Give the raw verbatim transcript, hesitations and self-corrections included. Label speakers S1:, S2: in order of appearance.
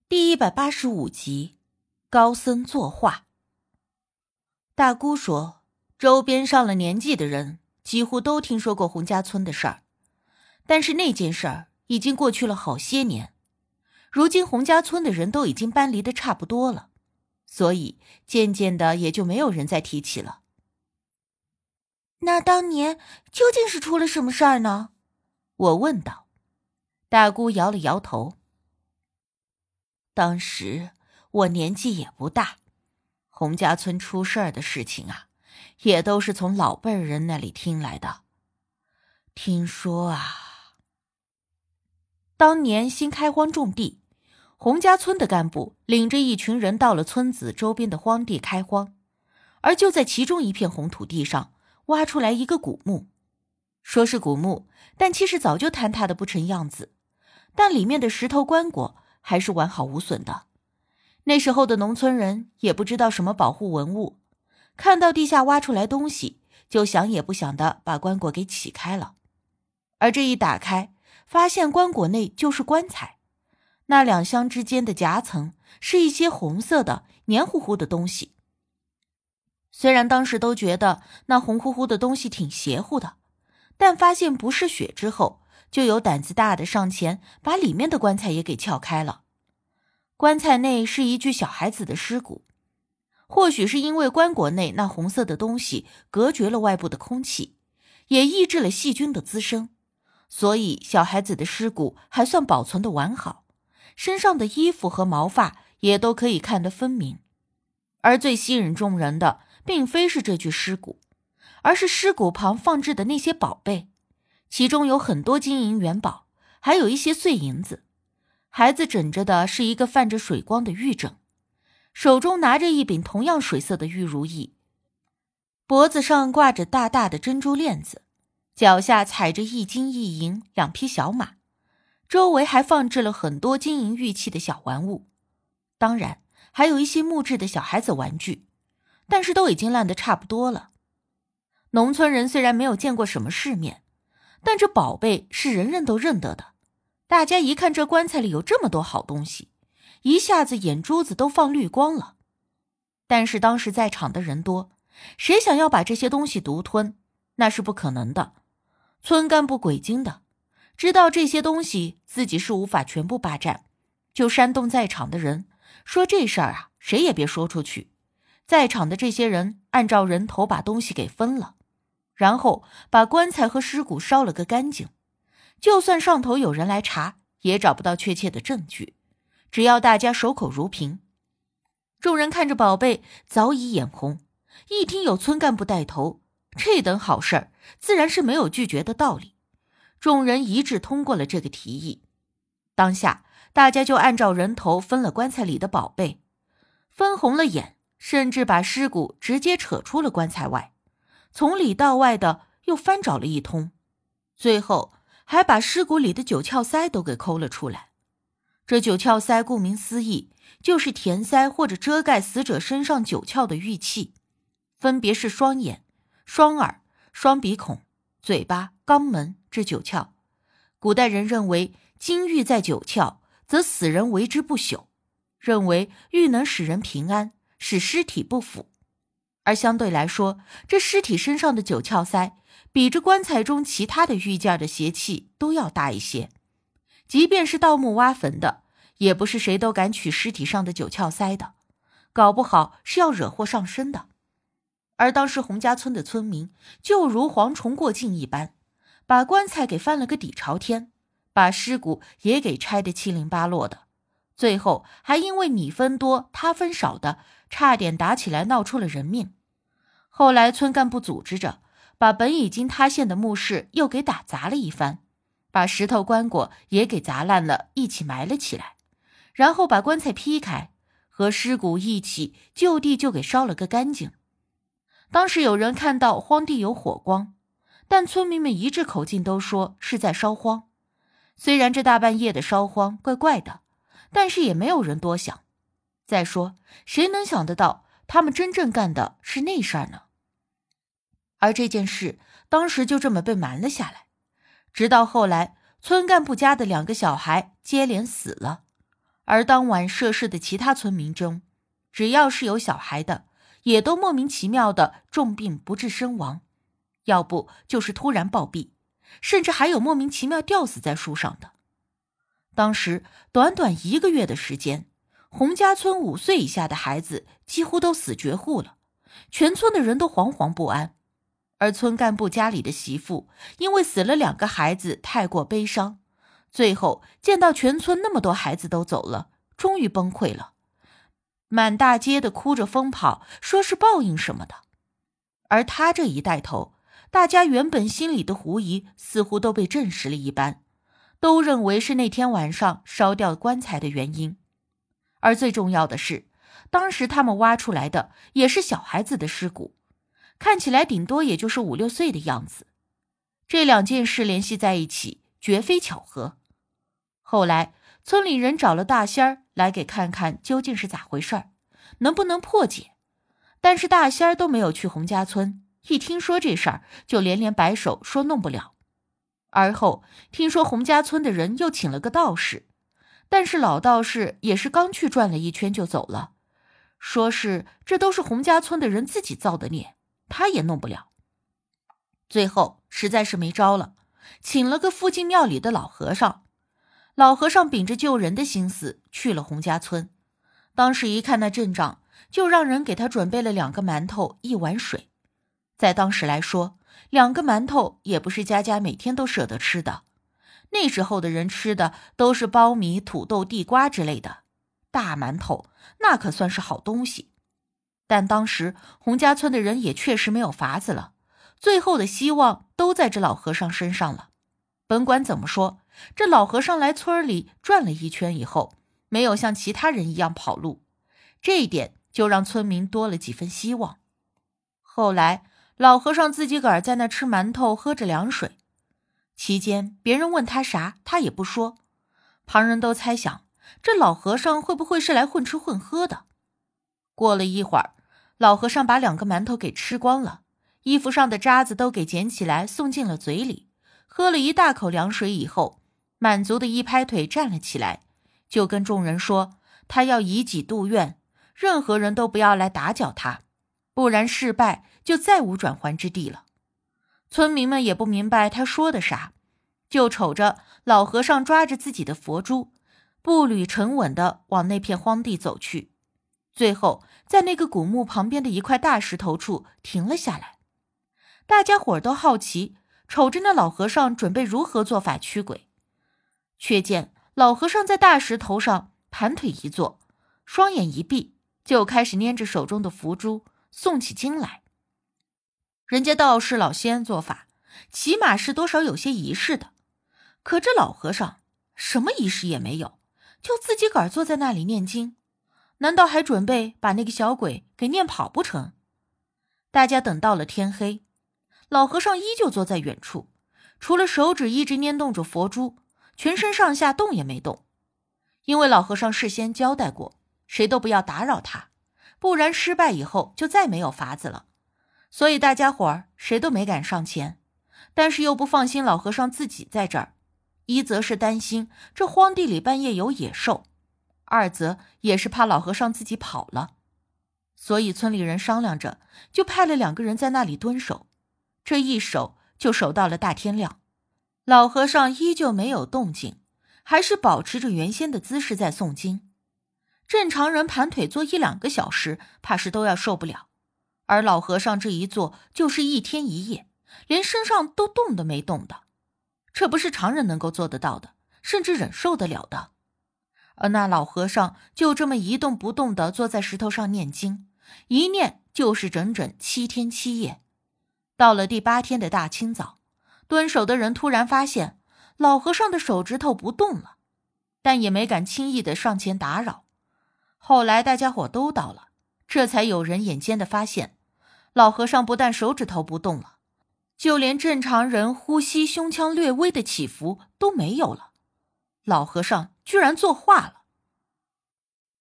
S1: 第一百八十五集，高僧作画。大姑说，周边上了年纪的人几乎都听说过洪家村的事儿，但是那件事儿已经过去了好些年，如今洪家村的人都已经搬离的差不多了，所以渐渐的也就没有人再提起了。
S2: 那当年究竟是出了什么事儿呢？
S1: 我问道。大姑摇了摇头。当时我年纪也不大，洪家村出事儿的事情啊，也都是从老辈人那里听来的。听说啊，当年新开荒种地，洪家村的干部领着一群人到了村子周边的荒地开荒，而就在其中一片红土地上挖出来一个古墓。说是古墓，但其实早就坍塌的不成样子，但里面的石头棺椁还是完好无损的。那时候的农村人也不知道什么保护文物，看到地下挖出来东西，就想也不想的把棺椁给起开了。而这一打开，发现棺椁内就是棺材，那两箱之间的夹层是一些红色的黏糊糊的东西。虽然当时都觉得那红乎乎的东西挺邪乎的，但发现不是血之后，就有胆子大的上前把里面的棺材也给撬开了。棺材内是一具小孩子的尸骨，或许是因为棺椁内那红色的东西隔绝了外部的空气，也抑制了细菌的滋生，所以小孩子的尸骨还算保存得完好，身上的衣服和毛发也都可以看得分明。而最吸引众人的并非是这具尸骨，而是尸骨旁放置的那些宝贝，其中有很多金银元宝，还有一些碎银子。孩子枕着的是一个泛着水光的玉枕，手中拿着一柄同样水色的玉如意，脖子上挂着大大的珍珠链子，脚下踩着一金一银两匹小马，周围还放置了很多金银玉器的小玩物，当然还有一些木质的小孩子玩具，但是都已经烂得差不多了。农村人虽然没有见过什么世面，但这宝贝是人人都认得的。大家一看这棺材里有这么多好东西，一下子眼珠子都放绿光了。但是当时在场的人多，谁想要把这些东西独吞，那是不可能的。村干部鬼精的，知道这些东西自己是无法全部霸占，就煽动在场的人，说这事儿啊，谁也别说出去。在场的这些人按照人头把东西给分了，然后把棺材和尸骨烧了个干净。就算上头有人来查，也找不到确切的证据，只要大家守口如瓶。众人看着宝贝早已眼红，一听有村干部带头，这等好事儿自然是没有拒绝的道理。众人一致通过了这个提议。当下大家就按照人头分了棺材里的宝贝，分红了眼，甚至把尸骨直接扯出了棺材外，从里到外的又翻找了一通，最后还把尸骨里的九窍塞都给抠了出来。这九窍塞顾名思义，就是填塞或者遮盖死者身上九窍的玉器，分别是双眼、双耳、双鼻孔、嘴巴、肛门这九窍。古代人认为金玉在九窍，则死人为之不朽，认为玉能使人平安，使尸体不腐。而相对来说，这尸体身上的九窍塞比着棺材中其他的玉件的邪气都要大一些，即便是盗墓挖坟的，也不是谁都敢取尸体上的九窍塞的，搞不好是要惹祸上身的。而当时洪家村的村民就如蝗虫过境一般，把棺材给翻了个底朝天，把尸骨也给拆得七零八落的，最后还因为你分多他分少的差点打起来，闹出了人命。后来村干部组织着把本已经塌陷的墓室又给打砸了一番，把石头棺椁也给砸烂了，一起埋了起来，然后把棺材劈开，和尸骨一起就地就给烧了个干净。当时有人看到荒地有火光，但村民们一致口径都说是在烧荒。虽然这大半夜的烧荒怪怪的，但是也没有人多想。再说谁能想得到他们真正干的是那事儿呢？而这件事当时就这么被瞒了下来，直到后来村干部家的两个小孩接连死了， 而当晚涉事的其他村民中，只要是有小孩的，也都莫名其妙的重病不治身亡，要不就是突然暴毙，甚至还有莫名其妙吊死在树上的。当时短短一个月的时间，洪家村五岁以下的孩子几乎都死绝户了，全村的人都惶惶不安。而村干部家里的媳妇因为死了两个孩子太过悲伤，最后见到全村那么多孩子都走了，终于崩溃了，满大街的哭着疯跑，说是报应什么的。而他这一带头，大家原本心里的狐疑似乎都被证实了一般，都认为是那天晚上烧掉棺材的原因。而最重要的是，当时他们挖出来的也是小孩子的尸骨，看起来顶多也就是五六岁的样子。这两件事联系在一起，绝非巧合。后来村里人找了大仙儿来给看看究竟是咋回事儿，能不能破解。但是大仙儿都没有去洪家村，一听说这事儿就连连摆手说弄不了。而后听说洪家村的人又请了个道士，但是老道士也是刚去转了一圈就走了，说是这都是洪家村的人自己造的孽，他也弄不了。最后实在是没招了，请了个附近庙里的老和尚。老和尚秉着救人的心思去了洪家村，当时一看那阵仗，就让人给他准备了两个馒头一碗水。在当时来说，两个馒头也不是家家每天都舍得吃的，那时候的人吃的都是苞米、土豆、地瓜之类的，大馒头那可算是好东西。但当时洪家村的人也确实没有法子了，最后的希望都在这老和尚身上了。甭管怎么说，这老和尚来村里转了一圈以后，没有像其他人一样跑路，这一点就让村民多了几分希望。后来老和尚自己个儿在那吃馒头喝着凉水，期间别人问他啥他也不说，旁人都猜想这老和尚会不会是来混吃混喝的。过了一会儿，老和尚把两个馒头给吃光了，衣服上的渣子都给捡起来送进了嘴里，喝了一大口凉水以后，满足的一拍腿站了起来，就跟众人说他要以己度愿，任何人都不要来打搅他，不然事败就再无转圜之地了。村民们也不明白他说的啥，就瞅着老和尚抓着自己的佛珠，步履沉稳地往那片荒地走去，最后在那个古墓旁边的一块大石头处停了下来。大家伙都好奇，瞅着那老和尚准备如何做法驱鬼，却见老和尚在大石头上盘腿一坐，双眼一闭，就开始捏着手中的符珠诵起经来。人家道士老仙做法起码是多少有些仪式的，可这老和尚什么仪式也没有，就自己个儿坐在那里念经，难道还准备把那个小鬼给念跑不成？大家等到了天黑，老和尚依旧坐在远处，除了手指一直捏动着佛珠，全身上下动也没动。因为老和尚事先交代过，谁都不要打扰他，不然失败以后就再没有法子了。所以大家伙儿谁都没敢上前，但是又不放心老和尚自己在这儿，一则是担心这荒地里半夜有野兽，二则也是怕老和尚自己跑了。所以村里人商量着，就派了两个人在那里蹲守，这一守就守到了大天亮。老和尚依旧没有动静，还是保持着原先的姿势在诵经。正常人盘腿坐一两个小时，怕是都要受不了，而老和尚这一坐就是一天一夜，连身上都动都没动的，这不是常人能够做得到的，甚至忍受得了的。而那老和尚就这么一动不动地坐在石头上念经，一念就是整整七天七夜。到了第八天的大清早，蹲守的人突然发现老和尚的手指头不动了，但也没敢轻易地上前打扰。后来大家伙都到了，这才有人眼尖地发现，老和尚不但手指头不动了，就连正常人呼吸胸腔略微的起伏都没有了。老和尚居然作画了。